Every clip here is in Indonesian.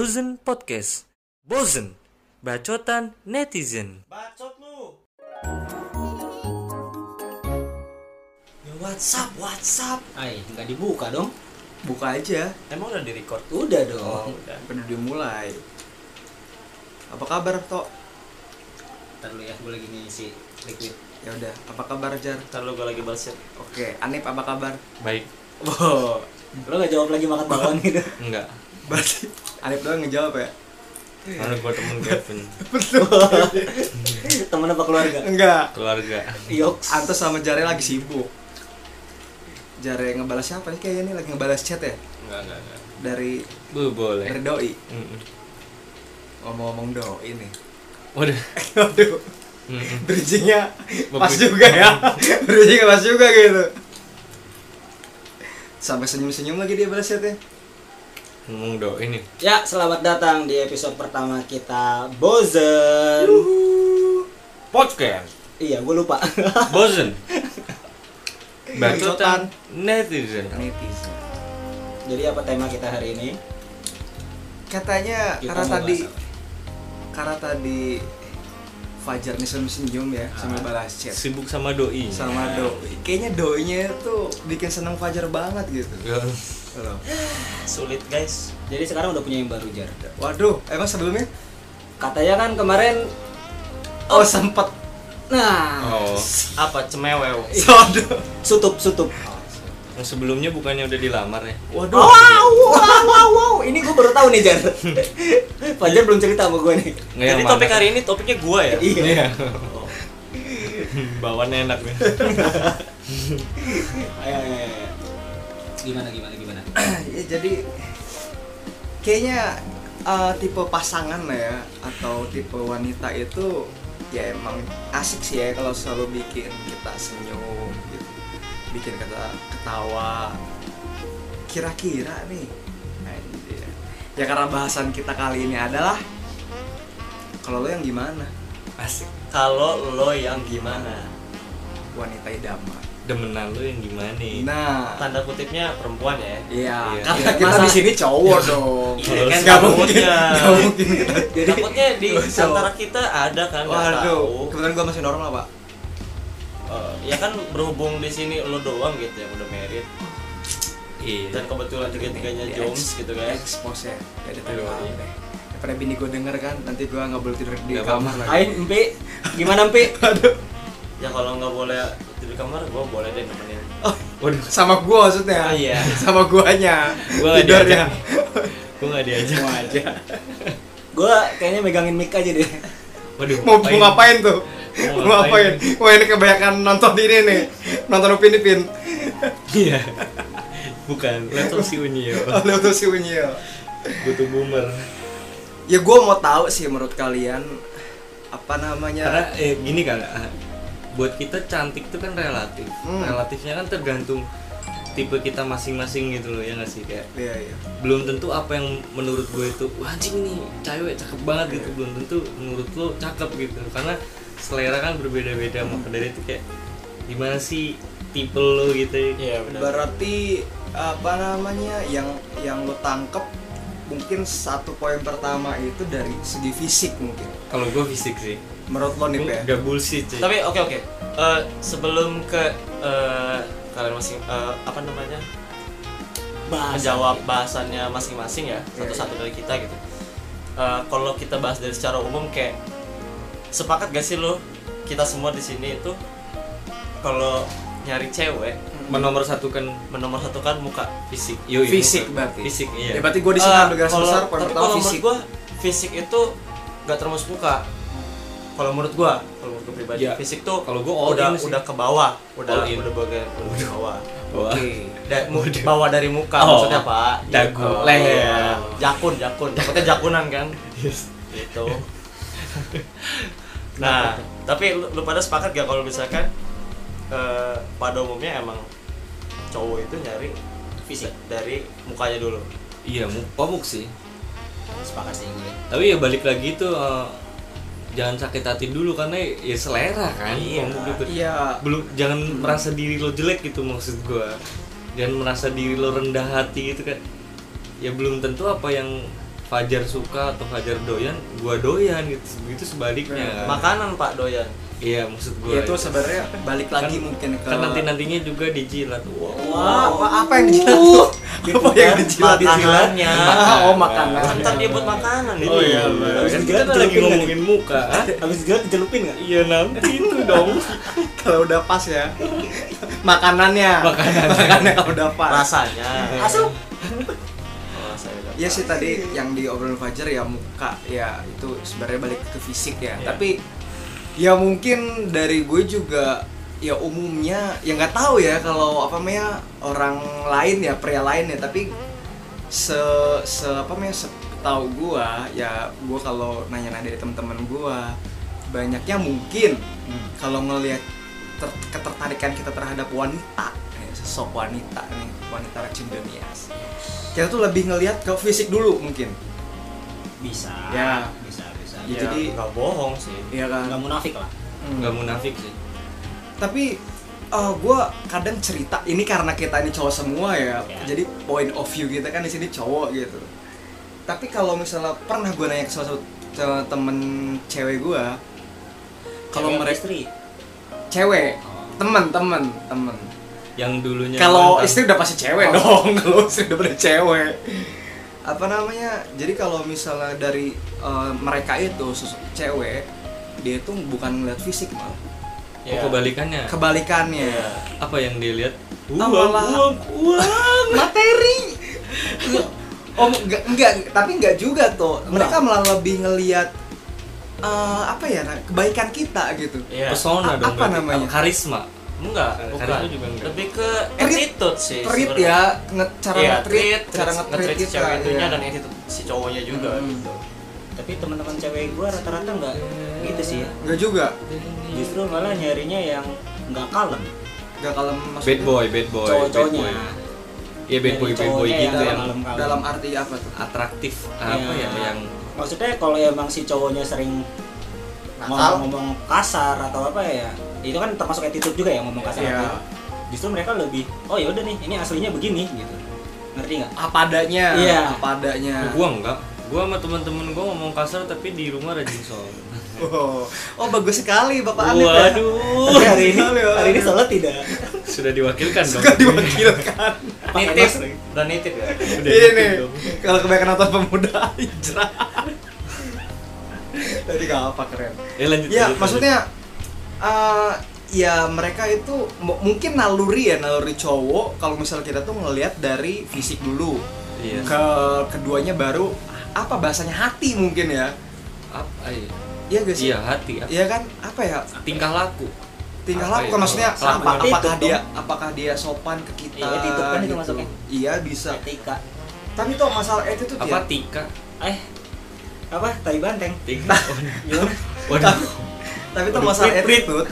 Bozen Podcast. Bozen, bacotan netizen. Bacot lu. Ya WhatsApp. Ay, nggak dibuka dong. Buka aja. Emang udah di-record? Udah dong. Udah dimulai. Apa kabar, Tok? Ntar dulu ya, gue lagi ngisi liquid. Ya udah, apa kabar, Jar? Ntar lu gue lagi balas chat. Oke, Anip apa kabar? Baik, Wow. Lo nggak jawab lagi makan bawang gitu? enggak. Berarti Anip doang ngejawab ya? Karena gue temen Kevin, Temen apa keluarga? Enggak. keluarga. Yoks. Antus sama Jare lagi sibuk. Jare ngebalas siapa nih? Kayaknya ini lagi ngebalas chat ya? Enggak. Dari Boleh. Doi. Mm-mm. Ngomong-ngomong Doi nih. Waduh. Waduh. Mm-mm. Bridging-nya pas Bridging. juga ya. Bridging-nya pas juga gitu. Sampai senyum-senyum lagi dia balas chatnya. Ngomong do ini. Ya, selamat datang di episode pertama kita Bozen. Podcast. Iya, gue lupa. Bozen. Bacotan netizen. Netizen. Jadi apa tema kita hari ini? Katanya Kita karena mau tadi bahas Fajar nih senyum ya sambil balas chat Sibuk sama doi. sama Doi. Kayaknya Doinya tuh bikin seneng Fajar banget gitu. Ya. Loh. Sulit guys. Jadi sekarang udah punya yang baru, Jar. Waduh, emang sebelumnya? Katanya kan kemarin, Oh sempet. nah, Oh, Apa cemewew? Waduh. sutup. yang sebelumnya bukannya udah dilamar ya? Waduh. Wow. Ini gue baru tahu nih, Jar. Fajar belum cerita sama gue nih. Nggak, Jadi yang topik mana? hari ini topiknya gua ya? Iya. Oh. Bawaannya enak nih. Ayo. Gimana? Ya jadi kayaknya tipe pasangan lah ya atau tipe wanita itu ya emang asik sih ya kalau selalu bikin kita senyum gitu. Bikin kita ketawa. Kira-kira nih. Anjir. Ya karena bahasan kita kali ini adalah kalau lo yang gimana? Asik. Kalau lo yang gimana? Wanita idaman. Demenan lu yang gimana nih? Nah, Tanda kutipnya perempuan ya? iya. Iya. Karena kita di sini cowok dong. Iya kan, Nggak mungkin. takutnya. Nggak mungkin kita. Takutnya di Cowok. antara kita ada kan nggak tahu. Waduh, kebetulan gue masih normal, Pak. Ya kan berhubung di sini lo doang gitu yang udah married Iya. dan kebetulan tiga-tiganya Jones gitu kan. Expose ya. Ya udah Aduh, maaf iya. deh. Daripada bini gue denger kan, nanti gue nggak boleh tidur di Nggak kamar apa-apa. lagi. Ayo, Mpi. Gimana, Mpi? Ya kalau nggak boleh tidur di kamar, gue boleh deh nemenin. Waduh. Sama gue maksudnya. Oh, iya. Sama guanya. Gua nggak Tidurnya. Gue nggak diajak. Mau aja. Gue kayaknya megangin mic aja deh. Waduh. Mau ngapain tuh? Mau Mau ngapain? Wah ini kebanyakan nonton ini nih. Nonton Upin Ipin. Iya. Bukan. Laptop si Unyil. Lo tuh si Unyil. Butuh boomer. Ya gue mau tahu sih menurut kalian apa namanya? Karena gini kan. Buat kita cantik itu kan relatif. Relatifnya kan tergantung tipe kita masing-masing gitu loh, ya nggak sih? Kayak Iya. belum tentu apa yang menurut gue itu wah anjing nih cewek cakep banget gitu, belum tentu menurut lo cakep gitu, karena selera kan berbeda-beda. Maka dari itu kayak gimana sih tipe lo gitu. Iya benar. Berarti apa namanya yang lo tangkep mungkin satu poin pertama itu dari segi fisik mungkin. Kalau gue fisik sih, Menurut lo nih gue ya? gak bullshit sih. Tapi oke. Sebelum ke kalian masing apa namanya? Menjawab bahasannya masing-masing ya, satu-satu dari kita gitu. Kalau kita bahas dari secara umum kayak sepakat gak sih lo kita semua di sini itu kalau nyari cewek menomorsatukan menomorsatukan muka, fisik. Yoi, Fisik muka. berarti. Fisik iya. Ya berarti gue di sini ambil garis Kalau- besar poin tapi pertama kalau fisik. menurut gua fisik itu gak termasuk muka. Kalau menurut gua pribadi, Ya, fisik tuh kalau gua all udah in sih. udah ke bawah, All in. udah bagian udah ke bawah. Wah. Oke. Bawah dari muka Oh, maksudnya Pak. dagu, Gitu. leher. Jakun. Takutnya jakunan kan. Yes. Gitu. Nah, tapi lu pada sepakat gak kalau misalkan pada umumnya emang cowok itu nyari fisik dari mukanya dulu. Iya, komuk sih. Sepakat sih gue. Tapi ya balik lagi tuh jangan sakit hati dulu karena ya selera kan. Iya. Komuk gitu. Iya. Belum jangan merasa diri lo jelek gitu maksud gua. Jangan merasa diri lo rendah hati gitu kan. Ya belum tentu apa yang Fajar suka atau Fajar doyan, gua doyan gitu. Begitu sebaliknya. Kan? Makanan Pak doyan. Iya, maksud gua. Ya, itu sebenarnya balik lagi mungkin ke kan nantinya juga dijilat. Wow, apa yang dijilat tuh? Apa yang dijilat? Makanannya. Oh, makanan. Ntar dia buat makanan ini. Oh iya, Habis kan dijilat kita lagi dicelupin ngomongin muka. Habis dijilat dicelupin nggak? Iya nanti itu dong. Kalau udah pas ya. Makanannya kalau udah pas. Rasanya. Asup. Iya sih tadi yang diobrolin Fajar ya muka ya itu sebenarnya balik ke fisik ya. Iya. Tapi ya mungkin dari gue juga ya umumnya ya nggak tahu ya kalau apa namanya orang lain ya pria lain ya tapi apa namanya setahu gue ya gue kalau nanya-nanya dari teman-teman gue banyaknya mungkin kalau ngelihat ketertarikan kita terhadap wanita sosok wanita nih wanita racun dunia kita tuh lebih ngelihat ke fisik dulu mungkin Bisa. Ya. Bisa. Ya, Ya, jadi nggak bohong sih. iya kan. Nggak munafik lah. Nggak munafik sih. Tapi gue kadang cerita ini karena kita ini cowok semua ya. Ya. Jadi point of view kita kan di sini cowok gitu. Tapi kalau misalnya pernah gue nanya ke salah satu temen cewek gue, kalau Cewek mereka istri. cewek, temen. Yang dulunya Kalau mantan. istri udah pasti cewek dong. Kalau istri udah pada cewek. Apa namanya? Jadi kalau misalnya dari mereka itu sosok cewek, dia tuh bukan ngeliat fisik malah. Oh, kebalikannya. Kebalikannya. Apa yang dilihat? Malah uang materi. Oh enggak, tapi enggak juga tuh. Mereka malah lebih ngelihat apa ya kebaikan kita gitu. Iya. Pesona dong. Apa berarti. namanya? Karisma. Enggak, Karisma bukan. juga enggak. Lebih ke Treat. attitude sih. Treat sebenarnya. ya, cara Iya, nge-treat, cara nge-treat nge-treat si kita. cewek itunya Iya. dan attitude si cowoknya juga gitu. Tapi teman-teman cewek gua rata-rata nggak gitu sih ya. Enggak juga. Justru malah nyarinya yang nggak kalem. Enggak kalau Bad maksudnya boy. Cowok-cowoknya. bad boy. Iya bad boy Cowoknya gitu yang yang kalem-kalem. dalam arti apa tuh? atraktif apa ya yang Maksudnya kalau emang si cowoknya sering Nakal? ngomong kasar atau apa ya, itu kan termasuk attitude juga ya ngomong kasar. Iya. Itu. Justru mereka lebih, oh ya udah nih, ini aslinya begini gitu. Ngerti nggak? Apa adanya. Iya. Apa adanya. gua enggak. Gua sama teman-teman gua ngomong kasar tapi di rumah rajin sholat. Oh bagus sekali Bapak Anip ya. Waduh. Tapi hari ini Sekali, Pak. hari ini sholat tidak. Sudah diwakilkan dong. Suka diwakilkan. Nitip, udah nitip ya. Udah Ini gitu dong. kalau kebanyakan nonton pemuda hijrah. Tadi gak apa keren. Lanjut. Ya lanjut, maksudnya ya mereka itu mungkin naluri cowok kalau misalnya kita tuh ngelihat dari fisik dulu. Iya. Keduanya baru apa bahasanya hati mungkin ya. Apa ya? Iya gak sih? Iya hati. Iya kan? Apa ya? Tingkah laku. Tingkah Apa laku ya? kan maksudnya Kelakuan apakah dia sopan ke kita? Iya, attitude kan itu masuknya. Iya bisa. Etika. Tapi tuh masalah attitude Apa ya. tika? Apa? Tai banteng. Tika. Gimana? Waduh. Tapi tuh masalah attitude.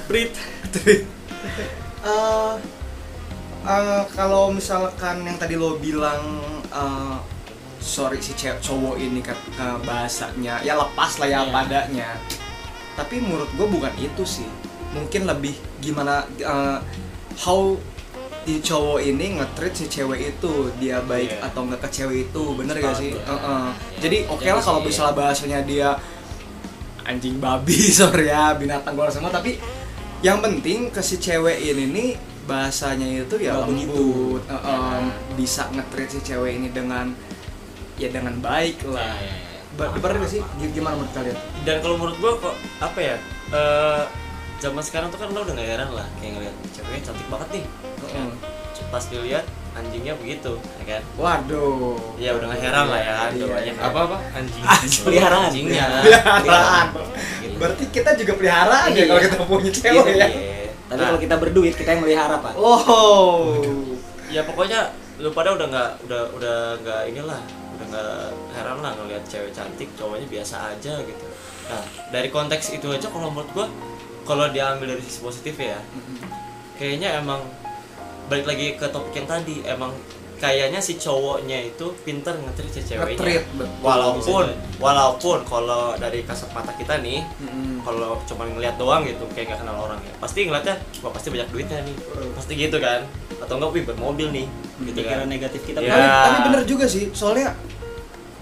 Kalau misalkan yang tadi lo bilang sorry si cowok ini ke bahasanya ya lepas lah ya Iya. padanya. Tapi menurut gue bukan itu sih. Mungkin lebih gimana how di cowok ini nge-treat si cewek itu, dia baik Iya. atau enggak ke cewek itu, bener gak sih? Iya. Jadi oke lah kalau misalnya bahasanya dia anjing babi sorry ya binatang gua semua, tapi yang penting ke si cewek ini nih bahasanya itu ya Nggak lembut, begitu. bisa nge-treat si cewek ini dengan baik lah. Ya. Bener gak sih? Gimana menurut kalian? Dan kalau menurut gua kok apa ya? Zaman sekarang tuh kan lo udah gak heran lah kayak ngeliat ceweknya cantik banget nih. Kan? Pas dilihat anjingnya begitu, ya kan? Waduh. Ya udah gak heran lah ya, Iya, banyak iya. Apa anjing? Peliharaan. anjingnya. Peliharaan. Gitu. Berarti kita juga peliharaan ya Iya. kalau kita punya cewek ya. Iya. Tapi kalau kita berduit kita yang melihara, Pak. Oh. Ya pokoknya lu pada udah nggak inilah, udah nggak heran lah ngelihat cewek cantik, cowoknya biasa aja gitu. Nah dari konteks itu aja kalau menurut gua, kalau diambil dari sisi positif ya, kayaknya emang balik lagi ke topik yang tadi, emang kayaknya si cowoknya itu pinter nge-treat si ceweknya. Nge-treat, betul. Walaupun kalau dari kasat mata kita nih, kalau cuma ngeliat doang gitu kayak gak kenal orang ya, pasti ngeliatnya wah pasti banyak duitnya nih, pasti gitu kan, atau enggak wih bermobil nih gitu Pikiran kan. negatif kita. Ya. Tapi bener juga sih, soalnya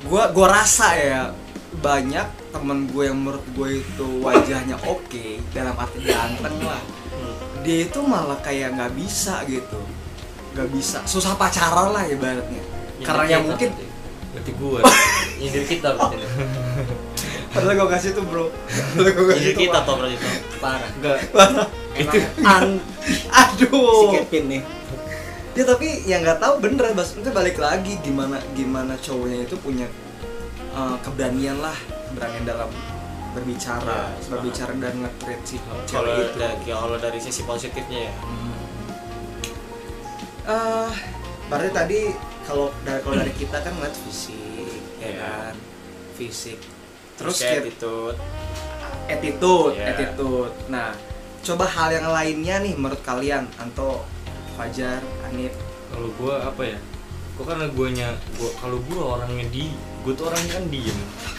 gua rasa ya banyak temen gue yang menurut gue itu wajahnya oke, dalam arti ganteng lah, dia itu malah kayak nggak bisa gitu, nggak bisa, susah pacaran lah ibaratnya, karena yang mungkin berarti gue nyindir kita berarti. padahal gue kasih tuh bro, padahal gue kasih Jadi tuh kita toh berarti toh. Parah. Enggak. Itu si aduh Kevin nih. ya tapi yang nggak tahu bener Bas, itu balik lagi gimana cowoknya itu punya keberanian dalam berbicara, Ya, berbicara dan nge-treat si Kalau cewek itu. kalau dari sisi positifnya ya. Berarti tadi kalau dari kita kan ngeliat fisik, ya Iya. kan, fisik. Terus Terus kayak kayak itu Iya. attitude. Nah, coba hal yang lainnya nih menurut kalian, Anto, Fajar, Anip. Kalau gue apa ya? Kok karena kalau gue orangnya gue tuh orangnya kan diem.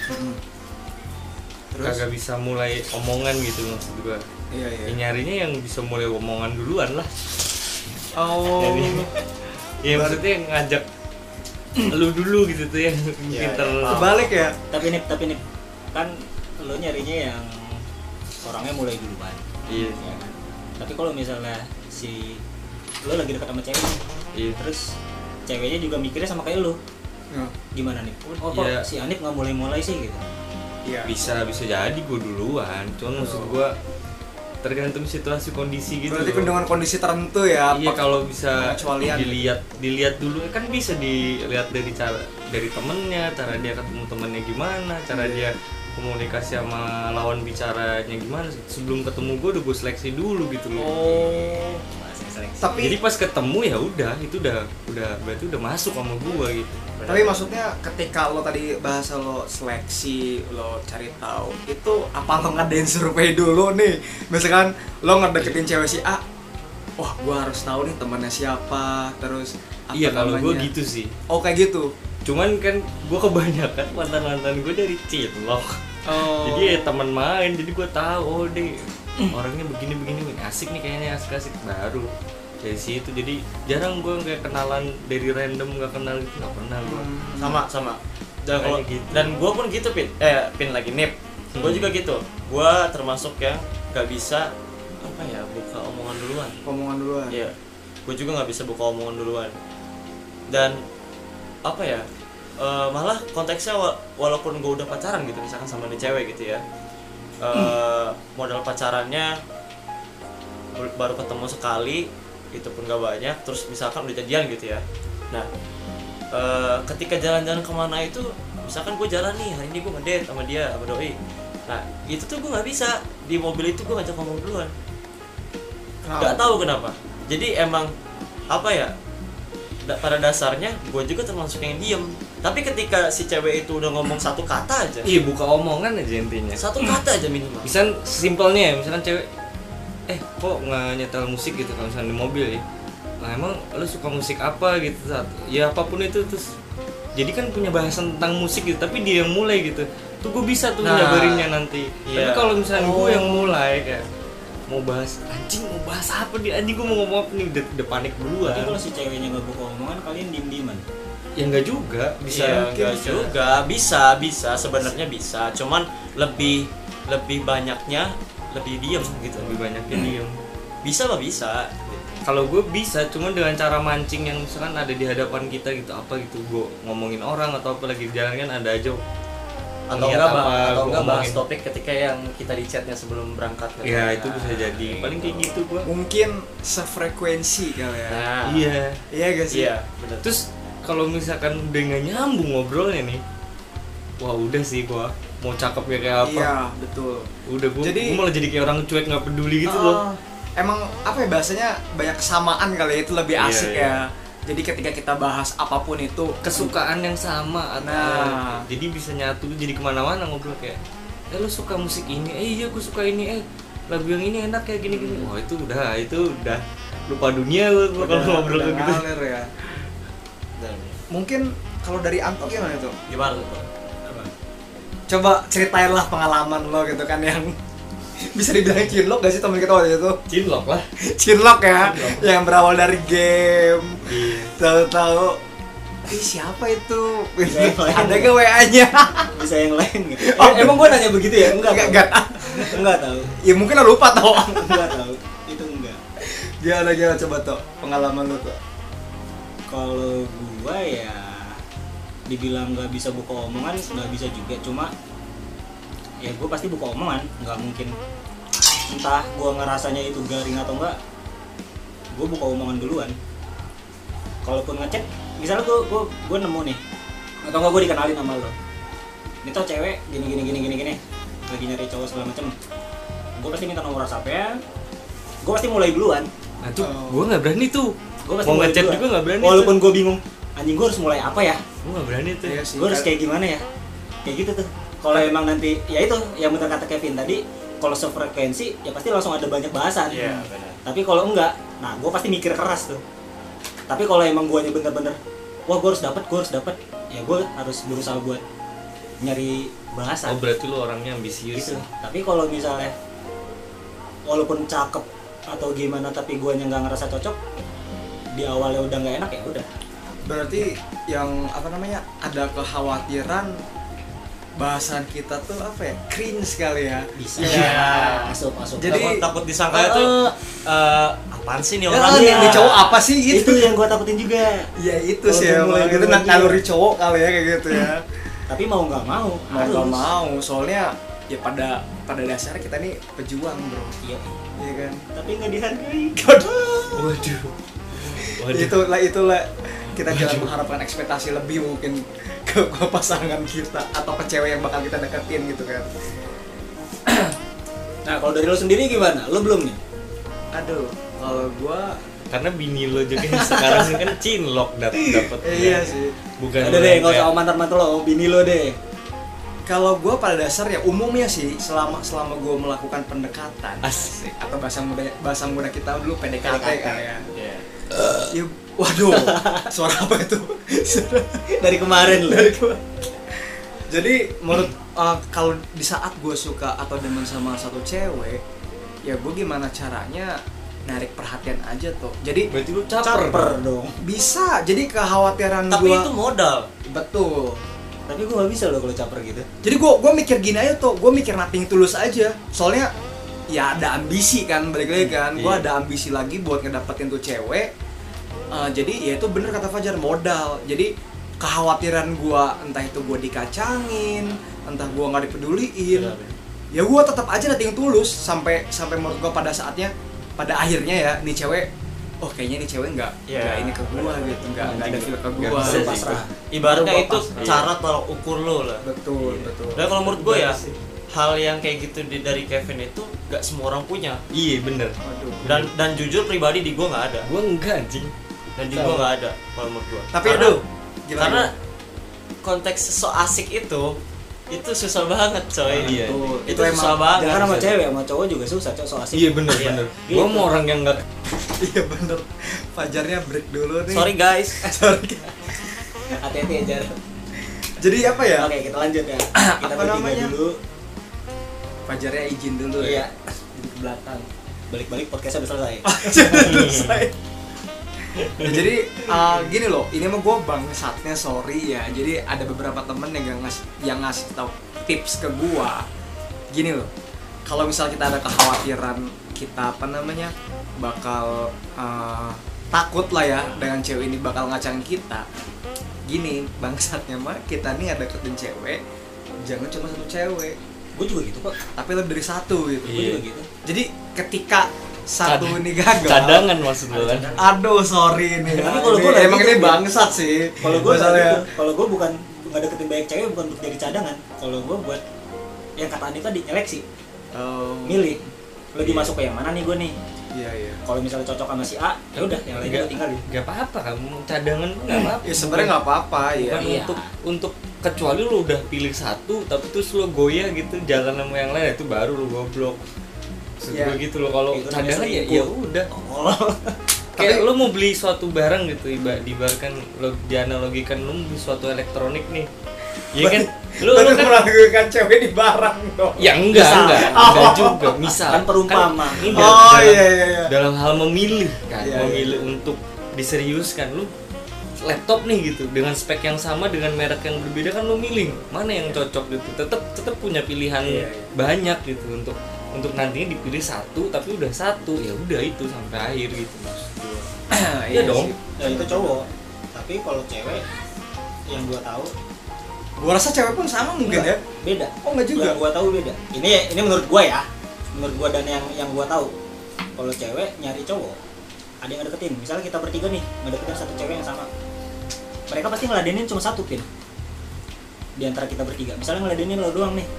Terus? Kagak bisa mulai omongan gitu maksud gue. Iya. Ya, nyarinya yang bisa mulai omongan duluan lah. Oh. Jadi, ya maksudnya ngajak lu dulu gitu tuh yang pinter. Kebalik ya? Tapi nih kan lo nyarinya yang orangnya mulai duluan. Iya. Ya kan? Tapi kalau misalnya si lo lagi dekat sama cewek, Iya. terus ceweknya juga mikirnya sama kayak lo, Ya. gimana nih? Oh kok Iya. si Anip nggak mulai sih gitu? Iya. Bisa jadi gue duluan. Cuman maksud gue tergantung situasi kondisi gitu. Berarti loh. dengan kondisi tertentu ya. Iya, kalau bisa pengecualian. dilihat dulu kan bisa dilihat dari temennya, cara dia ketemu temennya gimana, cara dia komunikasi sama lawan bicaranya gimana. Sebelum ketemu gue udah gue seleksi dulu gitu loh. Oh. Masih seleksi. Tapi Jadi pas ketemu ya udah itu udah berarti udah masuk sama gue gitu. Tapi maksudnya ketika lo tadi bahasa lo seleksi, lo cari tahu, itu apa lo ngadain survei dulu nih? Misalkan lo ngedeketin cewek si A, wah gua harus tahu nih temannya siapa, terus apa Iya kalau gue namanya. gitu sih. Oh kayak gitu. Cuman kan gue kebanyakan mantan gue dari cinlok. Oh. Jadi ya teman main, jadi gue tahu oh deh orangnya begini asik nih kayaknya asik baru dari situ. Jadi jarang gue kayak kenalan dari random nggak kenal gitu, nggak pernah gue. sama. Dan Kayak gitu. dan gue pun gitu pin lagi nip. Gue juga gitu. Gue termasuk yang gak bisa apa ya buka omongan duluan. Omongan duluan. Iya. Gue juga nggak bisa buka omongan duluan. Dan apa ya? Malah konteksnya walaupun gue udah pacaran gitu misalkan sama nih cewek gitu ya. Modal pacarannya baru ketemu sekali, itu pun gak banyak, terus misalkan udah jadian gitu ya. Nah, ketika jalan-jalan kemana itu, misalkan gue jalan nih, hari ini gue ngedate sama dia, sama doi. Nah, itu tuh gue gak bisa, di mobil itu gue ngajak ngomong duluan. Gak tahu kenapa. Jadi emang, apa ya, pada dasarnya gue juga termasuk yang diem. Tapi ketika si cewek itu udah ngomong satu kata aja, Iya buka omongan aja intinya. satu kata aja minimal. Misalkan simpelnya ya, misalkan cewek kok nggak nyetel musik gitu kalau misalnya di mobil ya. Nah emang lu suka musik apa gitu saat ya apapun itu terus jadi kan punya bahasan tentang musik gitu tapi dia yang mulai gitu tuh gue bisa tuh nyabarinnya nanti. Iya. Tapi kalau misalnya gue yang mulai kayak mau bahas apa dia anjing gue mau ngomong apa nih udah panik duluan. Tapi kalau si ceweknya nggak buka omongan, kalian diem-dieman. Ya enggak juga bisa Iya, mungkin enggak juga bisa sebenarnya bisa, cuman lebih banyaknya lebih diem gitu. lebih banyaknya diem. Bisa mah bisa. Kalau gue bisa, cuman dengan cara mancing yang misalkan ada di hadapan kita gitu apa gitu gue ngomongin orang atau apa lagi di jalan kan ada aja. Atau Niat enggak apa, atau gua enggak bahas ngomongin. topik ketika yang kita di chatnya sebelum berangkat. Ya itu bisa jadi. Paling kayak gitu gue. Mungkin sefrekuensi kali ya. Nah, Iya. Iya gak sih? iya, benar. Terus kalau misalkan udah nggak nyambung ngobrolnya nih, wah udah sih gue mau cakepnya kayak apa. Iya, betul. Udah gue Jadi- malah jadi kayak orang cuek nggak peduli gitu loh. Emang apa ya bahasanya banyak kesamaan kali ya, itu lebih Iya, asik iya. ya. Jadi ketika kita bahas apapun itu Kesukaan yang sama atau Nah. jadi bisa nyatu jadi kemana-mana ngobrol kayak lu suka musik ini iya gue suka ini lagu yang ini enak kayak gini-gini. Wah itu udah lupa dunia lu kalau ngobrol udah kayak gitu. ngalir ya. Dan Mungkin kalau dari Anto gimana tuh? gimana tuh? Coba ceritain lah pengalaman lo gitu kan yang bisa dibilang cinlok gak sih temen kita waktu itu? Cinlok lah. Cinlok ya, yang berawal dari game. Iya. Tahu-tahu ih siapa itu? Bisa yang lain. Ada gak WA-nya? Bisa yang lain gitu. Oh, Emang gue nanya begitu ya? Enggak. Enggak tahu. Ya mungkin lo lupa toh. Enggak tahu. Itu enggak. Gimana coba toh pengalaman lo tuh. Kalau gua ya dibilang nggak bisa buka omongan nggak bisa juga, cuma ya gue pasti buka omongan, nggak mungkin entah gua ngerasanya itu garing atau enggak, gue buka omongan duluan. Kalaupun ngechat misalnya gue nemu nih atau enggak gue dikenalin sama lo, ini tuh cewek gini lagi nyari cowok segala macem, gue pasti minta nomor WhatsApp-nya, gue pasti mulai duluan. Nah tuh gue nggak berani tuh. Gua pasti Mau mulai ngechat duluan. juga nggak berani. Walaupun gue bingung, anjing gue harus mulai apa ya? Gue nggak berani tuh. Iya sih. Gue harus kayak gimana ya? Kayak gitu tuh. Kalau emang nanti ya itu yang bener kata Kevin tadi, kalau sefrekuensi ya pasti langsung ada banyak bahasan. Iya, benar. Tapi kalau enggak, nah gue pasti mikir keras tuh. Tapi kalau emang guanya bener-bener, wah gue harus dapat, ya gue harus berusaha buat nyari bahasan. Oh berarti lu orangnya ambisius. Gitu. Tapi kalau misalnya walaupun cakep atau gimana tapi guanya nggak ngerasa cocok, di awalnya udah nggak enak ya udah. Berarti yang apa namanya ada kekhawatiran bahasan kita tuh apa ya, cringe kali ya. Bisa. Iya. Masuk. Jadi- takut disangka itu apaan sih nih Ya, orang? ini cowok apa sih itu gitu? yang gue takutin juga. Ya itu Kalau sih gua ya, mulai itu duluan naluri juga. cowok kali ya kayak gitu ya. Tapi mau nggak mau Mau gak mau, soalnya ya pada dasarnya kita nih pejuang bro, Iya. iya kan? Tapi nggak dihargai. Waduh. Itulah kita jangan mengharapkan ekspektasi lebih mungkin ke pasangan kita atau ke cewek yang bakal kita deketin gitu kan. Nah kalau dari lo sendiri gimana? Lo belum nih? Aduh, kalau gua Karena bini lo juga sekarang kan cinlok dapat. iya sih. Bukan. Udah deh, nggak usah kayak- mantan-mantan lo, bini lo deh. Kalau gue pada dasarnya umumnya sih selama gue melakukan pendekatan Asik. atau bahasa muda kita dulu PDKT kan ya. Iya. Ya, waduh, suara apa itu? Dari kemarin lo. Jadi menurut kalau di saat gue suka atau demen sama satu cewek, ya gue gimana caranya narik perhatian aja tuh. Jadi Berarti lu caper. Caper dong. bisa. Jadi kekhawatiran Tapi gue itu modal. betul. Tapi gue nggak bisa loh kalau caper gitu. Jadi gue mikir gini aja tuh, gue mikir nothing tulus aja. Soalnya ya ada ambisi kan, balik lagi kan. Gue Iya. ada ambisi lagi buat ngedapetin tuh cewek. Jadi ya itu bener kata Fajar, modal. Jadi kekhawatiran gue entah itu gue dikacangin, entah gue nggak dipeduliin, Benar. ya gue tetap aja nothing tulus sampai menurut gue pada saatnya, pada akhirnya ya nih cewek, oh kayaknya nih cewek nggak Iya. ini ke gue gitu, nggak ada feel ke Nggak gue. bisa sih. Pasrah. Ibaratnya Baru gua itu pasrah. cara tolak ukur lo lah. Betul betul. Dan kalau menurut gue ya, hal yang kayak gitu dari Kevin itu gak semua orang punya. Iya bener. Waduh. Dan jujur pribadi di gue nggak ada. Gue enggak anjing. Dan di gue nggak ada kalau menurut gue. Tapi karena, aduh, gimana? karena konteks so asik itu susah banget coy. Iya. Itu emang susah banget. Jangan sama cewek, sama cowok juga susah, cowok so asik. Iya bener Iya. bener. Gitu. Gue mau orang yang enggak. Iya bener. Fajarnya break dulu nih. Sorry guys. Sorry. Hati-hati ya Jar. Jadi apa ya? Oke, kita lanjut ya. Kita Apa bertiga namanya? dulu. Fajarnya izin dulu Iya. ya. Jadi ke belakang. Balik-balik podcastnya udah selesai. Selesai. Nah, jadi gini loh, ini mah gue bangsatnya sorry ya. Jadi ada beberapa temen yang ngasih tahu tips ke gue. Gini loh, kalau misal kita ada kekhawatiran kita apa namanya bakal takut lah ya dengan cewek ini bakal ngacang kita. Gini bangsatnya mah kita nih ada deketin cewek, jangan cuma satu cewek, Gue juga gitu kok. tapi lebih dari satu gitu. Gue Iya. juga gitu. Jadi ketika satu ini gagal, Cadangan maksud lo kan. aduh sorry nih. Tapi kalau Ini gua nggak emang gitu, ini Bro. bangsat sih. Kalau gue Masalahnya. gitu. Kalau gue bukan nggak deketin banyak cewek bukan untuk jadi cadangan. Kalau gue buat yang kata Andi tadi nyeleksi, Oh, milih. Lagi masuk ke yang mana nih gue nih? iya iya. Kalau misalnya cocok sama si A, ya udah yang lainnya gue tinggalin. Gak apa-apa kamu cadangan pun gak apa-apa. Ya sebenarnya nggak apa-apa ya. Bukan Iya. untuk kecuali lu udah pilih satu tapi terus lu goyah gitu jalan sama yang lain itu baru lu goblok. Maksud Iya. gue gitu loh, kalau Itu namanya cadangan ya selingkuh. ya udah. Oh. Kayak lu mau beli suatu barang gitu, diibaratkan lo dianalogikan lu mau beli suatu elektronik nih. Iya kan? Lu Lu kan meragukan cewek di barang dong. ya enggak, Misal. enggak juga. Misal Kan perumpama. Ini Oh, dalam, iya, iya, iya. dalam hal memilih kan, Iya, memilih untuk diseriuskan lu laptop nih gitu dengan spek yang sama dengan merek yang berbeda kan lo milih mana yang cocok gitu, tetap punya pilihan banyak gitu untuk nantinya dipilih satu tapi udah satu ya udah itu sampai akhir gitu maksud gue. Iya dong. Ya, itu cowok. Tapi kalau cewek yang gua tahu, Gua rasa cewek pun sama mungkin ya. beda. Oh enggak juga. Yang gua tahu beda. Ini menurut gua ya. Menurut gua dan yang gua tahu. Kalau cewek nyari cowok, ada yang ngedeketin. Misalnya kita bertiga nih, ngedeketin satu cewek yang sama. Mereka pasti ngeladenin cuma satu pin. Di antara kita bertiga. Misalnya ngeladenin lo doang nih.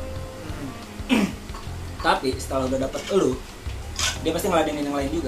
Tapi setelah udah dapet elu, dia pasti ngeladenin yang lain juga.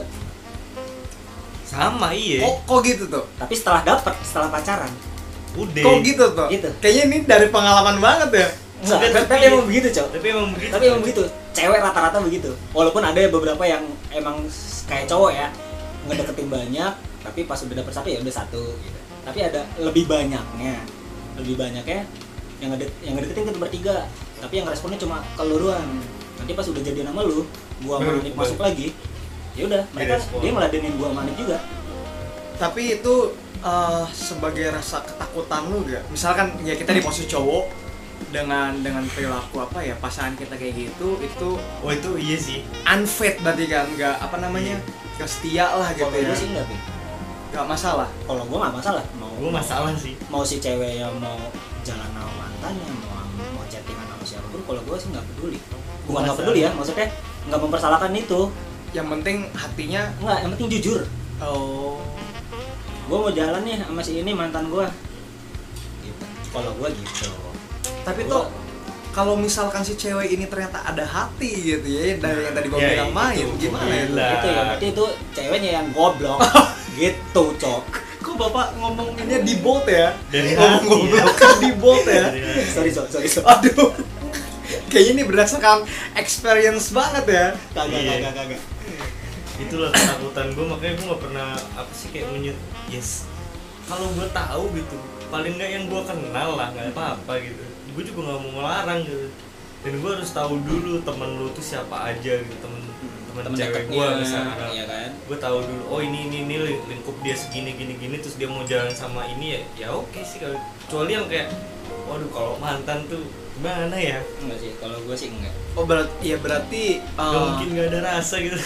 Sama iya. Kok gitu tuh? Tapi setelah dapet, setelah pacaran, Udah. Kok gitu tuh? Gitu. Kayaknya ini dari pengalaman banget ya. enggak, tapi emang begitu, Cok. Tapi emang begitu. Tapi emang begitu. Cewek rata-rata begitu. Walaupun ada beberapa yang emang kayak cowok ya, ngedeketin banyak, tapi pas udah dapet satu ya udah satu gitu. Tapi ada lebih banyaknya yang ngedeketin kita bertiga, tapi yang responnya cuma ke lu doang. Nanti pas udah jadian sama lu, gua sama Manip masuk lagi, ya udah mereka dia ngeladenin gua sama Manip juga. Tapi itu sebagai rasa ketakutan lu gak? Misalkan ya kita di posisi cowok dengan perilaku apa ya pasangan kita kayak gitu, itu Oh itu iya sih. unfit berarti kan, nggak apa namanya, nggak setia lah gitu Kalau ya. gua sih enggak, Pi. Nggak masalah. Kalau gua nggak masalah, Gue masalah sih. mau si cewek yang mau jalan sama mantannya, mau chattingan sama siapapun, kalau gue sih nggak peduli. Bukan nggak peduli ya, maksudnya nggak mempersalahkan itu. Yang penting hatinya. Nggak, yang penting jujur. Oh. Gue mau jalan nih sama si ini mantan gue. Gitu. Kalau gue gitu. Tapi tuh kalau misalkan si cewek ini ternyata ada hati gitu ya, dari yang tadi gue Ya, bilang main, itu, gimana ya? gila. Itu ya berarti itu ceweknya yang goblok. Gitu, Cok. Kok bapak ngomonginnya di bold ya? Dari Ngomong hati ya. goblok di bold ya? Dari hati. Sorry, Cok. Aduh. Kayaknya ini berdasarkan experience banget ya. Iya. Kagak. Itulah ketakutan gue, makanya gue nggak pernah apa sih kayak kalau gue tahu gitu paling nggak yang gue kenal lah nggak apa-apa gitu, gue juga nggak mau melarang gitu, dan gue harus tahu dulu temen lu tuh siapa aja gitu, temen cewek gue misalnya, iya kan? gue tahu dulu oh ini lingkup dia segini gini terus dia mau jalan sama ini ya oke sih, kalau kecuali yang kayak waduh kalau mantan tuh gimana ya. Enggak sih, kalau gue sih enggak. Oh berarti Gak mungkin nggak ada rasa gitu.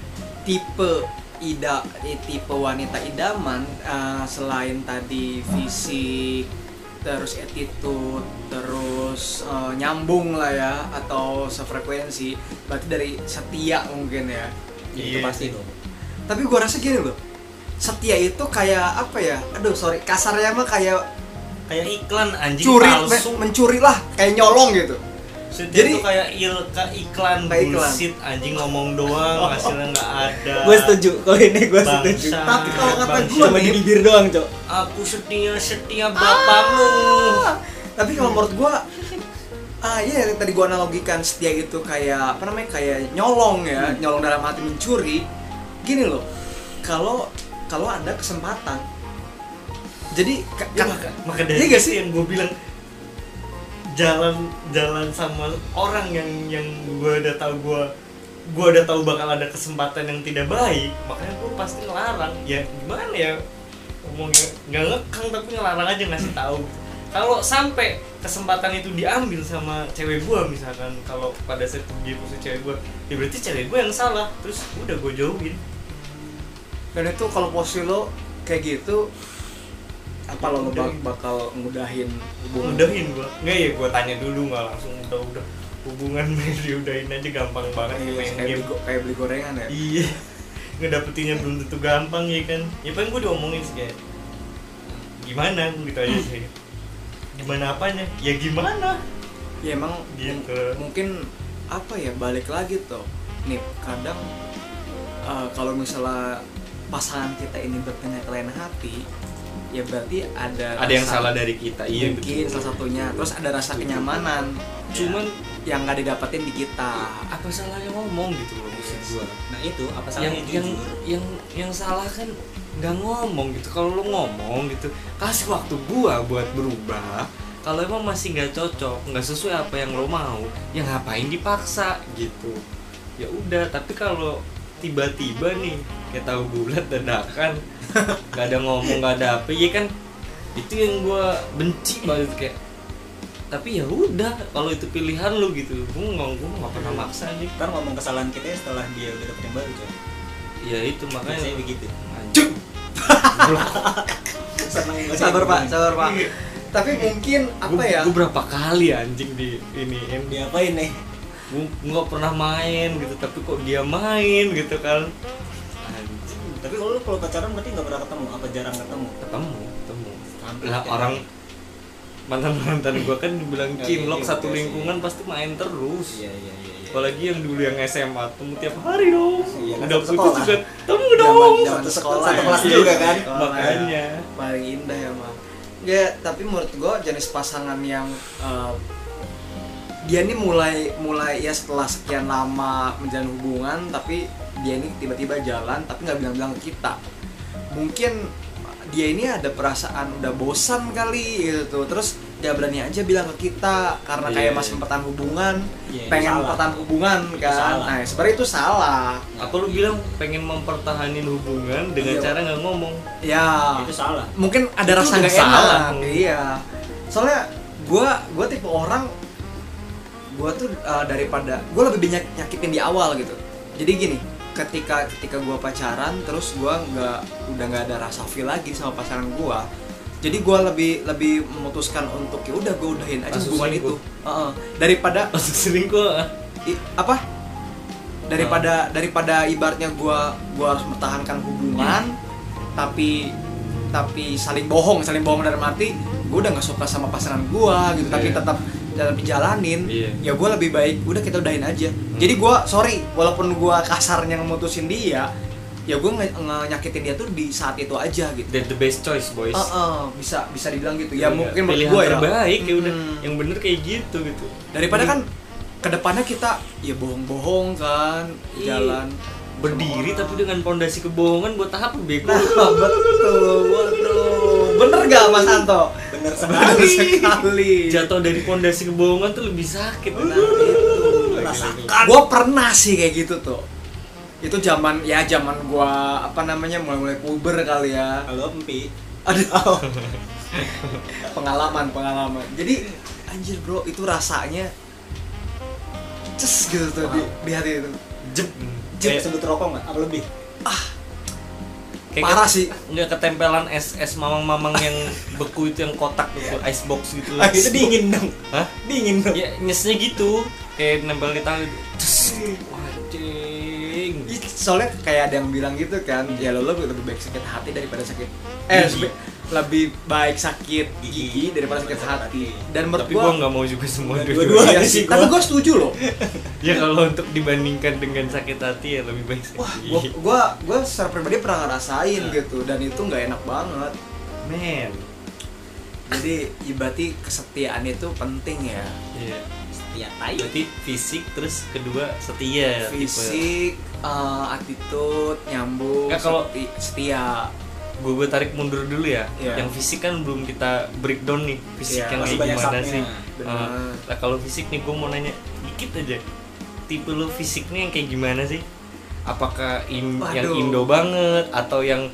tipe wanita idaman selain tadi fisik, terus attitude, terus nyambung lah ya atau sefrekuensi, berarti dari setia mungkin ya. Itu Iya pasti sih. dong. Tapi gua rasa gini loh, setia itu kayak apa ya, aduh sorry kasarnya mah kayak Kayak iklan anjing curi, palsu. mencuri lah, kayak nyolong gitu. Setia Jadi- tuh kayak iklan Kayak iklan. bullshit anjing, ngomong doang hasilnya nggak ada. Gue setuju, kalau ini gue setuju. Bangsa, Tapi kalau kata bangsa. gua Cuma di nih, bibir doang, Cok. Aku setia bapamu. tapi kalau menurut gua iya yang tadi gua analogikan setia itu kayak apa namanya, kayak nyolong ya, nyolong dalam hati mencuri. Gini loh, kalau ada kesempatan, jadi Ya, maka dari iya gak itu sih? yang gue bilang jalan sama orang yang gue udah tahu bakal ada kesempatan yang tidak baik, makanya gue pasti ngelarang. Ya gimana ya, ngomongnya nggak ngekang tapi ngelarang aja, ngasih tahu. Kalau sampai kesempatan itu diambil sama cewek gue misalkan, kalau pada saat dia posisi cewek gue, ya berarti cewek gue yang salah, terus udah gue jauhin. dan itu kalau posisi lo kayak gitu, apa lo Udah. bakal ngudahin hubungan? Mudahin gua. Enggak ya, gua tanya dulu, nggak langsung udah hubungan main diudahin aja gampang banget main game. Kayak beli gorengan ya. Iya. Ngedapetinnya belum tentu gampang ya kan. Ya paling gua diomongin sih kayak gimana gitu aja sih. Gimana apanya? Ya gimana? Ya emang Gitu. mungkin apa ya, balik lagi tuh nih, kadang kalau misalnya pasangan kita ini bertanya ke lain hati, ya berarti ada Ada yang rasa- salah dari kita. Iya mungkin betul. salah satunya, terus ada rasa kenyamanan Cuman yang nggak didapetin di kita. apa salahnya ngomong gitu loh maksud gua. Nah itu apa yang salahnya yang jujur? yang salah kan nggak ngomong gitu. Kalau lu ngomong gitu, kasih waktu gua buat berubah. Kalau emang masih nggak cocok, nggak sesuai apa yang lo mau, ya ngapain dipaksa gitu. Ya udah. Tapi kalau tiba-tiba nih kayak tahu bulat dadakan, nggak ada ngomong, nggak ada apa, ya kan Itu yang gue benci banget kayak. Tapi ya udah, kalau itu pilihan lu gitu, gue nggak pernah maksa nih. Ntar ngomong kesalahan kita setelah dia udah dapet yang baru coy. Ya itu makanya. Biasanya begitu. Anjing. Sabar Pak. Tapi mungkin apa ya? Gue berapa kali anjing di iniin. Diapain nih? Gue nggak pernah main gitu, tapi kok dia main gitu kan. Anjing. Tapi kalau lu pacaran berarti nggak pernah ketemu, apa jarang ketemu? Ketemu. Hampir Lah tiap orang hari. mantan gue kan dibilang Nggak cinlok gitu satu sih. lingkungan pasti main terus. Iya. Apalagi yang dulu yang SMA ketemu tiap hari dong. Iya, kan Udah satu putus sekolah. juga ketemu dong. Zaman sekolah satu ya. kelas juga kan? Makanya. Paling indah ya Bang. Ya, tapi menurut gue jenis pasangan yang dia ini mulai ya setelah sekian lama menjalin hubungan, tapi dia ini tiba-tiba jalan tapi nggak bilang-bilang ke kita. Mungkin dia ini ada perasaan udah bosan kali gitu, terus dia berani aja bilang ke kita karena Iya, kayak masih iya. mempertahankan hubungan, Iya, pengen salah. mempertahankan hubungan kan. salah. Nah sebenarnya itu salah. Apa lu bilang pengen mempertahanin hubungan dengan Iya. cara nggak ngomong? Ya Itu salah. mungkin ada Itu rasa udah nggak salah. enak. Iya. Soalnya gue tipe orang, gue tuh daripada gue lebih nyakitin di awal gitu. Jadi gini, ketika gue pacaran terus gue udah nggak ada rasa feel lagi sama pasangan gue, jadi gue lebih memutuskan untuk ya udah gue udahin aja Kasus hubungan selingkuh. itu. Daripada Masuk selingkuh. apa daripada ibaratnya gue harus mempertahankan hubungan tapi saling bohong dalam arti gue udah nggak suka sama pasangan gue gitu, tapi Iya. tetap dijalanin. Iya. Ya gue lebih baik udah kita udahin aja. Jadi gue sorry walaupun gue kasarnya ngemutusin dia, ya gue nyakitin dia tuh di saat itu aja gitu. That's the best choice, boys. Bisa dibilang gitu ya. Mungkin menurut pilihan gue ya terbaik ya udah. Mm. Yang bener kayak gitu. daripada kan kedepannya kita ya bohong-bohong kan Iya. jalan Berdiri sama tapi dengan pondasi kebohongan buat apa bego? nah, betul. Bener gak Mas Anto? Bener Bener sekali. Jatuh dari pondasi kebohongan tuh lebih sakit. Nah, itu Rasakan. gue pernah sih kayak gitu tuh. Itu zaman gua apa namanya mulai puber kali ya. Halo Empi. Aduh. pengalaman. Jadi anjir bro, itu rasanya ces gitu tuh di hati itu. Jep. Jep sebut rokok nggak? Apa lebih? Kayak Parah sih. Nggak ketempelan es mamang-mamang yang beku itu yang kotak tuh, ice box gitu. Itu dingin dong. Hah? Dingin dong. Ya nyesnya gitu. Kayak nempel di tangan. Ces. Anjing. Soalnya kayak ada yang bilang gitu kan, ya lo lebih baik sakit hati daripada sakit Gigi. lebih baik sakit gigi daripada sakit hati. Dan menurut Tapi gua nggak mau juga semua Dua-duanya iya sih sih, tapi gue setuju loh. Ya kalau untuk dibandingkan dengan sakit hati ya lebih baik sakit gigi. Gue secara pribadi pernah ngerasain gitu, dan itu nggak enak banget. Men. Jadi berarti kesetiaan itu penting ya. Iya. Ya tai. Berarti fisik terus kedua setia. Fisik, attitude, nyambung, Nggak, kalau- setia. Gue tarik mundur dulu ya. Iya. Yang fisik kan belum kita breakdown nih. Fisik Iya, yang masih kayak banyak gimana subnya. sih? Benar. Nah kalau fisik nih gue mau nanya dikit aja. Tipe lu fisiknya yang kayak gimana sih? Apakah yang Waduh. Indo banget atau yang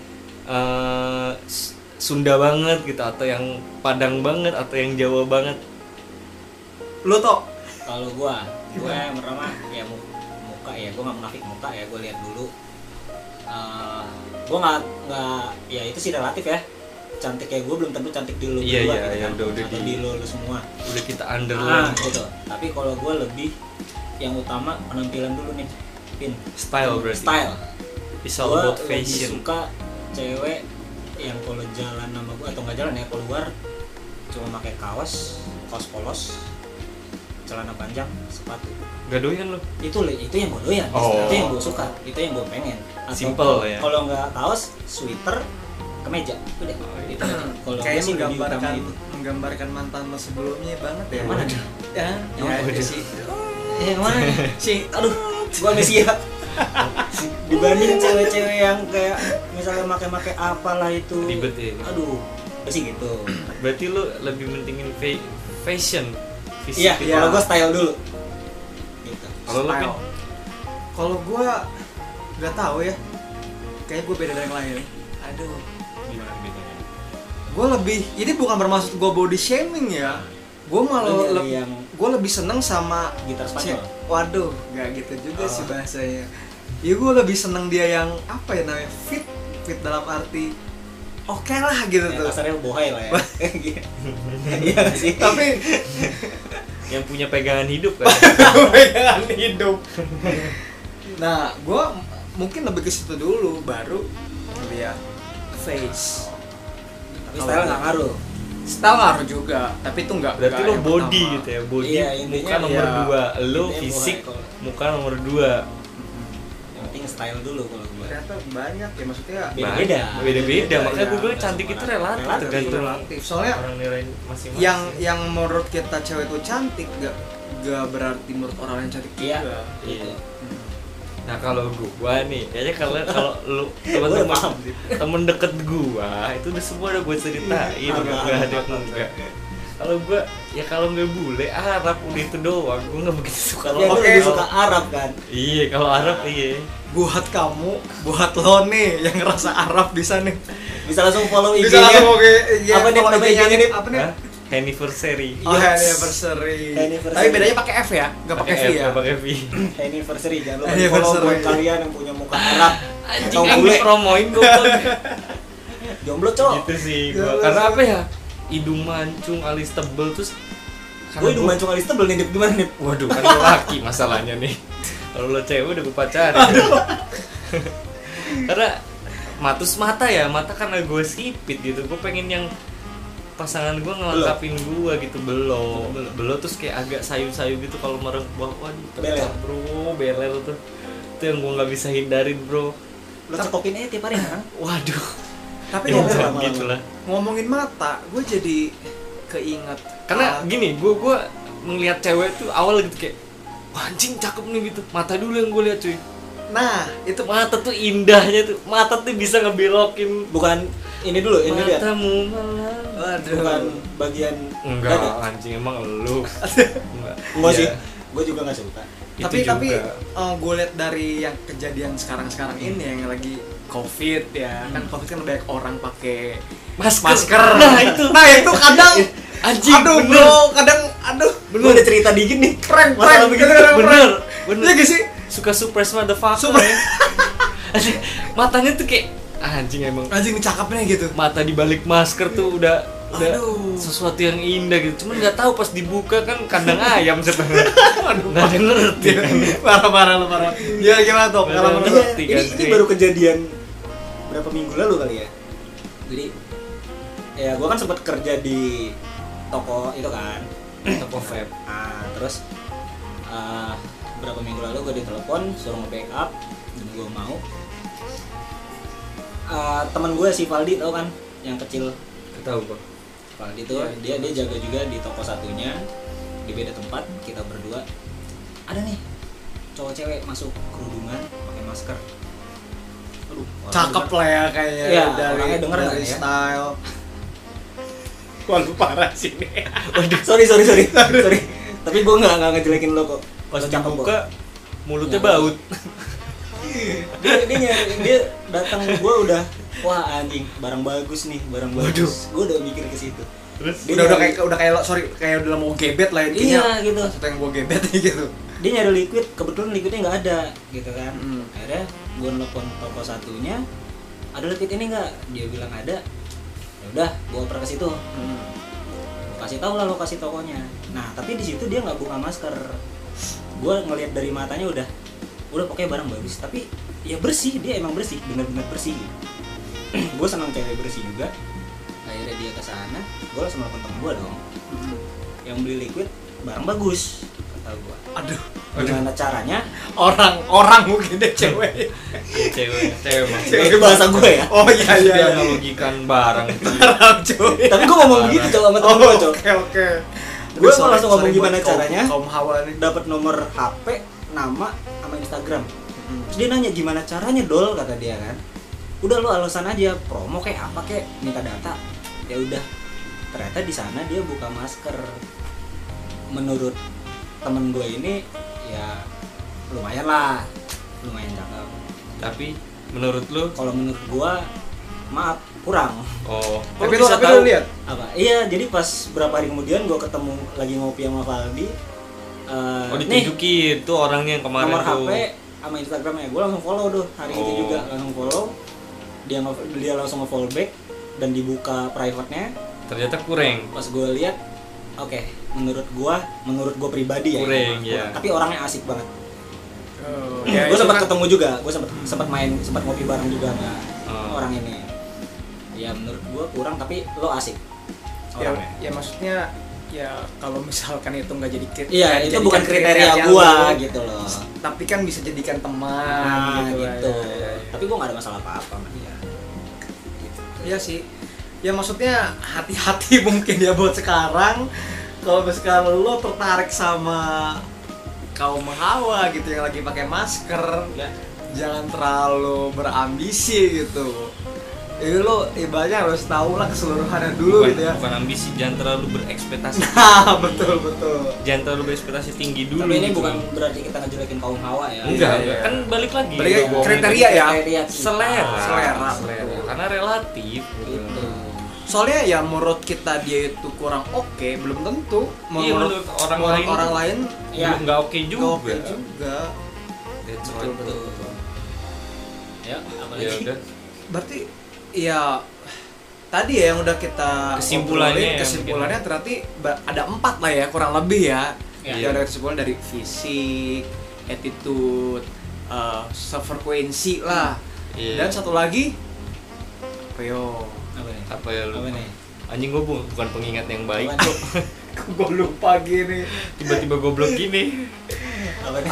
Sunda banget gitu, atau yang Padang banget atau yang Jawa banget? Lo toh? Kalau gue yang pertama ya muka ya, gue nggak munafik muka ya, gue lihat dulu. Gue nggak ya itu sih relatif ya. Cantik kayak gue belum tentu cantik di lu Iya, berdua iya, gitu iya, kan. udah Atau di- di lu semua. Udah kita underline Gitu. Tapi kalau gue lebih yang utama penampilan dulu nih, Pin. style berarti. Style. It's all Gue about lebih fashion. suka cewek yang kalau jalan sama gue atau nggak jalan ya, keluar cuma pakai kaos polos, celana panjang, sepatu. Gak doyan lo? Itu yang gue doyan, Oh. itu yang gue suka, itu yang gue pengen. Atau Simple ya. kalau nggak kaos, sweater, kemeja, udah. Oh, Itu aja. Kalau Kayak gue sih lebih utama itu. menggambarkan mantan lo sebelumnya banget ya. Yang mana? Ya, Yang ya, mana? ya sih. Yang mana? Si, aduh, gue amnesia. Dibanding cewek-cewek yang kayak misalnya pakai apalah itu. Ribet ya. Aduh, gue sih gitu. Berarti lo lebih mentingin fashion, fisik. Iya, gitu. kalau gue style dulu. Gitu. Kalau lo Style. Pin? Kalau gue nggak tahu ya, kayak gue beda dari yang lain. Aduh, Gimana bedanya? gue lebih, ini bukan bermaksud gue body shaming ya, gue malah Lu nyari yang gue lebih seneng sama gitar Spanyol. waduh nggak gitu juga Oh. sih bahasanya ya, gue lebih seneng dia yang apa ya namanya, fit dalam arti oke lah gitu Ya, tuh. kasarnya bohai lah ya. Iya nggak sih. Tapi yang punya pegangan hidup kan. pegangan hidup. Nah, gue mungkin lebih ke situ dulu, baru lihat face. Tapi style nggak ngaruh. Style ngaruh juga, tapi itu nggak. Berarti nggak lo yang body pertama. gitu ya, body Iya, intinya muka nomor iya. 2, lo Intinya fisik bohai kalau- muka nomor 2. Yang penting style dulu kalau gue. Ternyata banyak ya, maksudnya Beda-beda. Beda-beda, Beda, makanya ya. gue bilang cantik itu relatif, Relatif, tergantung relatif. Soalnya orang nilai masing-masing. yang menurut kita cewek itu cantik gak berarti menurut orang lain cantik Iya. juga. Iya. Nah kalau gua nih, kayaknya kalau lu Gua udah paham sih. temen deket gua itu udah semua udah gua ceritain, Apa, nggak ada apa. enggak. Kalau gua ya kalau nggak bule Arab udah itu doang, gua nggak begitu suka Ya, lo. gue lebih suka Arab kan. Iya kalau Arab iya. Buat kamu, buat lo nih yang ngerasa Arab bisa nih. Bisa langsung follow Bisa IG-nya. langsung oke. Ya, Apa nih kalau nama IG-nya IG-nya nih? Apa nih? Hah? Anniversary. Oh, Yoks. anniversary. Anniversary. Tapi bedanya pakai F ya, nggak pakai V F, ya. nggak pakai V. Anniversary, jangan lupa Anniversary. follow buat kalian yang punya muka Arab Anjing atau yang bule. promoin gua. Jomblo cowok. Gitu sih gua. Karena apa ya? Hidung mancung, alis tebel terus. Gue hidung mancung alis tebel nih, Dip. Gimana nih? Waduh, kan lo laki masalahnya nih. Kalau lo cewek udah gue pacarin. Karena mata ya, mata karena gue sipit gitu. Gue pengen yang pasangan gue ngelengkapin gue gitu, belum terus kayak agak sayu-sayu gitu kalau mereng waduh Beler. bro, beler tuh. Itu yang gue nggak bisa hindarin, bro. Lo cekokin aja tiap hari kan? Waduh. Tapi Ya, ngomong- jangan lama-lama. gitu lah. ngomongin mata, gue jadi keinget. Karena gini, gue ngelihat cewek tuh awal gitu kayak wah, anjing cakep nih gitu. Mata dulu yang gue lihat cuy. Nah, itu Mata tuh indahnya tuh. Mata tuh bisa ngebelokin Bukan ini dulu, ini dia. matamu malam. waduh. Bukan bagian Enggak, dada. anjing emang lu. Enggak. Enggak Iya, sih. Gue juga nggak suka. itu tapi juga. gue lihat dari yang kejadian sekarang ini yang lagi COVID ya, kan COVID kan banyak orang pakai masker. Nah, itu. Nah, itu kadang Anjing, aduh bener. bro, kadang aduh Gue ada cerita dikit nih. prank Masalah begitu. Bener. Iya gak sih? Suka surprise motherfucker Super. ya. Anjing, matanya tuh kayak anjing emang. Anjing cakepnya gitu. Mata di balik masker tuh udah Aduh. sesuatu yang indah gitu. Cuman nggak tahu pas dibuka kan kandang ayam setengah. Nggak ada yang ngerti kan. Parah. Ya gimana tuh? Bener. Kalau menurut Ngerti ini, kan, ini cuy. baru kejadian berapa minggu lalu kali ya. Jadi ya gue kan sempat kerja di toko itu kan, Toko vape. nah, terus berapa minggu lalu gue ditelepon suruh nge-backup dan gue mau. Teman gue si Valdi tau kan, yang kecil. Tahu gua. Valdi tuh dia jaga juga di toko satunya di beda tempat. Kita berdua ada nih cowok cewek masuk kerudungan pakai masker. Aduh, orang cakep denger. lah ya kayaknya Iya, dari orangnya denger dari nggak ya? style. Wah, lu parah sih nih. sorry. Tapi gue nggak ngejelekin lo kok. Pas Lo cakep dibuka kok. mulutnya Ya. baut. dia datang gue udah wah anjing barang bagus nih barang bagus. Gue udah mikir ke situ. Terus Dia Udah kayak lo, sorry, kayak udah mau gebet lah intinya. Iya gitu. Maksudnya yang gua gebet nih gitu. Dia nyari liquid, kebetulan liquidnya nggak ada gitu kan. Hmm. Akhirnya gue nelfon toko satunya, ada liquid ini nggak? Dia bilang ada. Ya udah, gue oper ke situ. Gua kasih tahu lah lokasi tokonya. Nah tapi di situ dia nggak buka masker. Gue ngelihat dari matanya udah pokoknya barang bagus. Tapi ya bersih, dia emang bersih, benar-benar bersih. Gue senang cewek bersih juga. Akhirnya dia ke sana, gue langsung nelfon temen gue dong. Yang beli liquid barang bagus kata gue. Aduh, Gimana caranya? orang mungkin deh cewek. cewek mah. Itu bahasa gue ya. Oh iya Dia iya. analogikan barang. Parah cuy. Tapi gue ngomong begitu coba sama temen gue coba. Oke. Gue langsung ngomong gimana buat caranya. kaum hawa nih. Dapat nomor HP, nama, sama Instagram. Terus dia nanya gimana caranya dol kata dia kan. Udah lo alasan aja promo kayak apa kayak minta data. Ya udah. Ternyata di sana dia buka masker. Menurut temen gue ini ya lumayan cakep. Tapi menurut lu Kalau menurut gue maaf kurang. Oh. Tapi lu lihat Apa? Iya, jadi pas berapa hari kemudian gue ketemu lagi ngopi sama Valdi. Oh, Nih, ditunjukin tuh orangnya yang kemarin nomor tuh. HP sama Instagramnya, gue langsung follow tuh hari itu Oh. juga langsung follow. Dia langsung nge-follow back dan dibuka private-nya. Ternyata kurang. Pas gue lihat, oke, menurut gue pribadi ya, Kurang, ya. tapi orangnya asik banget. ya, Gue itu sempat kan- ketemu juga, gue sempat ngopi bareng juga sama Oh. orang ini. Ya menurut gue kurang, tapi lo asik ya, orangnya. ya maksudnya ya kalau misalkan itu nggak jadi Iya, nggak itu jadikan bukan kriteria gua gitu loh. tapi kan bisa jadikan teman Nah, gitu, gitu. lah, ya. Tapi gua nggak ada masalah apa-apa sama dia. Iya sih. Ya maksudnya hati-hati mungkin ya buat sekarang. Kalau misalkan lo tertarik sama kaum hawa gitu yang lagi pakai masker, Ya. jangan terlalu berambisi gitu. Jadi lo ibaratnya harus tahu lah keseluruhannya dulu gitu ya. Bukan ambisi, jangan terlalu berekspektasi. Nah, betul. Jangan terlalu berekspektasi tinggi dulu. Tapi ini gitu. bukan berarti kita ngejelekin kaum hawa ya. Enggak, Iya, iya. kan balik lagi. Balik lagi, Ngomongin kriteria ya. Kriteria kita. Selera. Selera. Karena relatif. Gitu. Soalnya ya menurut kita dia itu kurang oke, belum tentu Iya, menurut orang lain Ya. nggak oke nggak juga. oke juga. That's right. Betul. Ya, Ya apalagi udah. Berarti ya tadi ya yang udah kita Kesimpulannya obrolin, kesimpulannya ternyata ada 4 lah ya kurang lebih ya. Ya. Yang ada kesimpulan dari fisik, attitude, sefrekuensi lah. Iya. Dan satu lagi apa yo? apa nih? Apa ya lu? Apa nih? Anjing gue bukan pengingat yang baik. Apa nih? Gue lupa gini. Tiba-tiba goblok gini. Apa nih?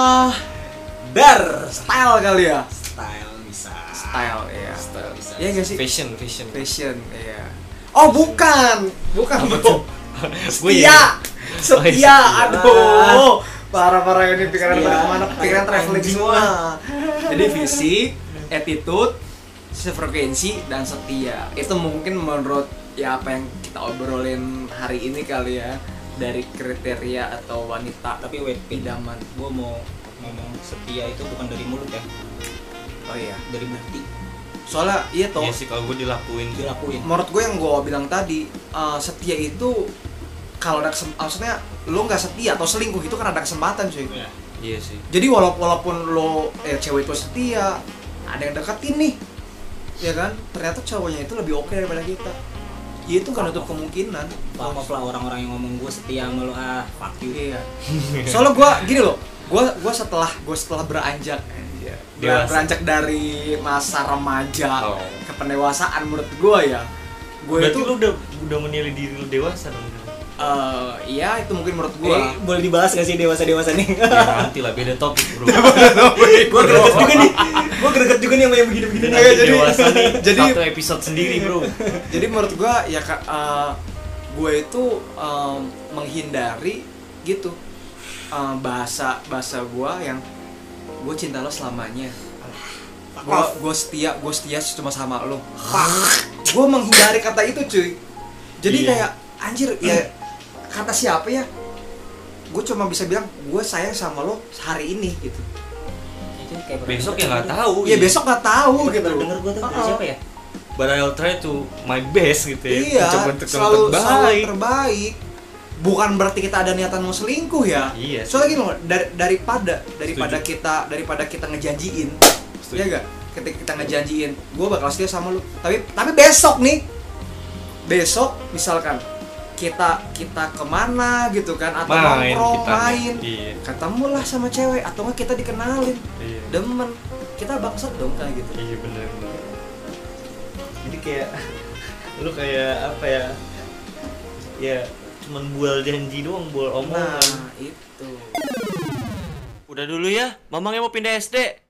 Dar style kali ya. Style bisa. Style ya. Style bisa. Iya gak sih? Fashion. Fashion, iya. Oh, bukan bro. Gua ya. Setia. setia. Aduh. Parah ini pikiran Setia. kemana-mana, pikiran traveling Anjing semua. Jadi fisik, attitude, sefrekuensi dan setia. Itu mungkin menurut ya apa yang kita obrolin hari ini kali ya, dari kriteria atau wanita Tapi wait, idaman. gue mau ngomong setia itu bukan dari mulut ya, Oh iya. dari bukti Soalnya iya toh. Iya sih kalau gue dilakuin. dilakuin. Menurut gue yang gue bilang tadi, setia itu kalau ada maksudnya lo nggak setia atau selingkuh itu kan ada kesempatan cuy. Ya. Iya sih. Jadi walaupun lo cewek itu setia, ada yang deketin nih, ya kan? Ternyata cowoknya itu lebih oke daripada kita. Ya itu kan nutup kemungkinan. Maaf lah orang-orang yang ngomong gue setia sama lo, fuck you. Iya. Soalnya gue gini loh, gue setelah beranjak Dewasa. beranjak dari masa remaja Oh. ke pendewasaan menurut gue ya. Gue Berarti itu lu udah menilai diri lu dewasa dong. iya itu mungkin menurut gue. Boleh dibahas gak sih dewasa-dewasa nih? Ya nanti lah beda topik, Bro. Gue greget juga nih. Gue greget juga nih sama yang begini-begini nih. Nanti jadi- dewasa nih. jadi- Satu episode sendiri, Bro. Jadi menurut gue ya gue itu menghindari gitu bahasa gue yang gue cinta lo selamanya. Gue setia cuma sama lo. Gue menghindari kata itu cuy. Jadi Iya. kayak anjir ya kata siapa ya? Gue cuma bisa bilang gue sayang sama lo hari ini gitu. Itu kayak pernah Besok denger ya nggak tuh. tahu. Ya besok nggak tahu gitu. Baru denger gue tuh dari siapa ya? But I'll try to my best gitu ya. Iya, Mencoba untuk yang selalu terbaik. terbaik. Bukan berarti kita ada niatan mau selingkuh ya. Iya sih. Soalnya gini loh, daripada Setuju. kita ngejanjiin, Setuju. ya enggak? Ketika kita ngejanjiin, gue bakal setia sama lu. Tapi besok nih, besok misalkan kita kemana gitu kan, atau Main nongkrong, kita. main, Iya. ketemulah sama cewek, atau enggak kita dikenalin, Iya. demen, kita bangsat dong kayak gitu. Iya benar. Jadi kayak lu kayak apa ya? Ya cuman bual janji doang, bual omongan. Nah, itu. Udah dulu ya, mamangnya mau pindah SD.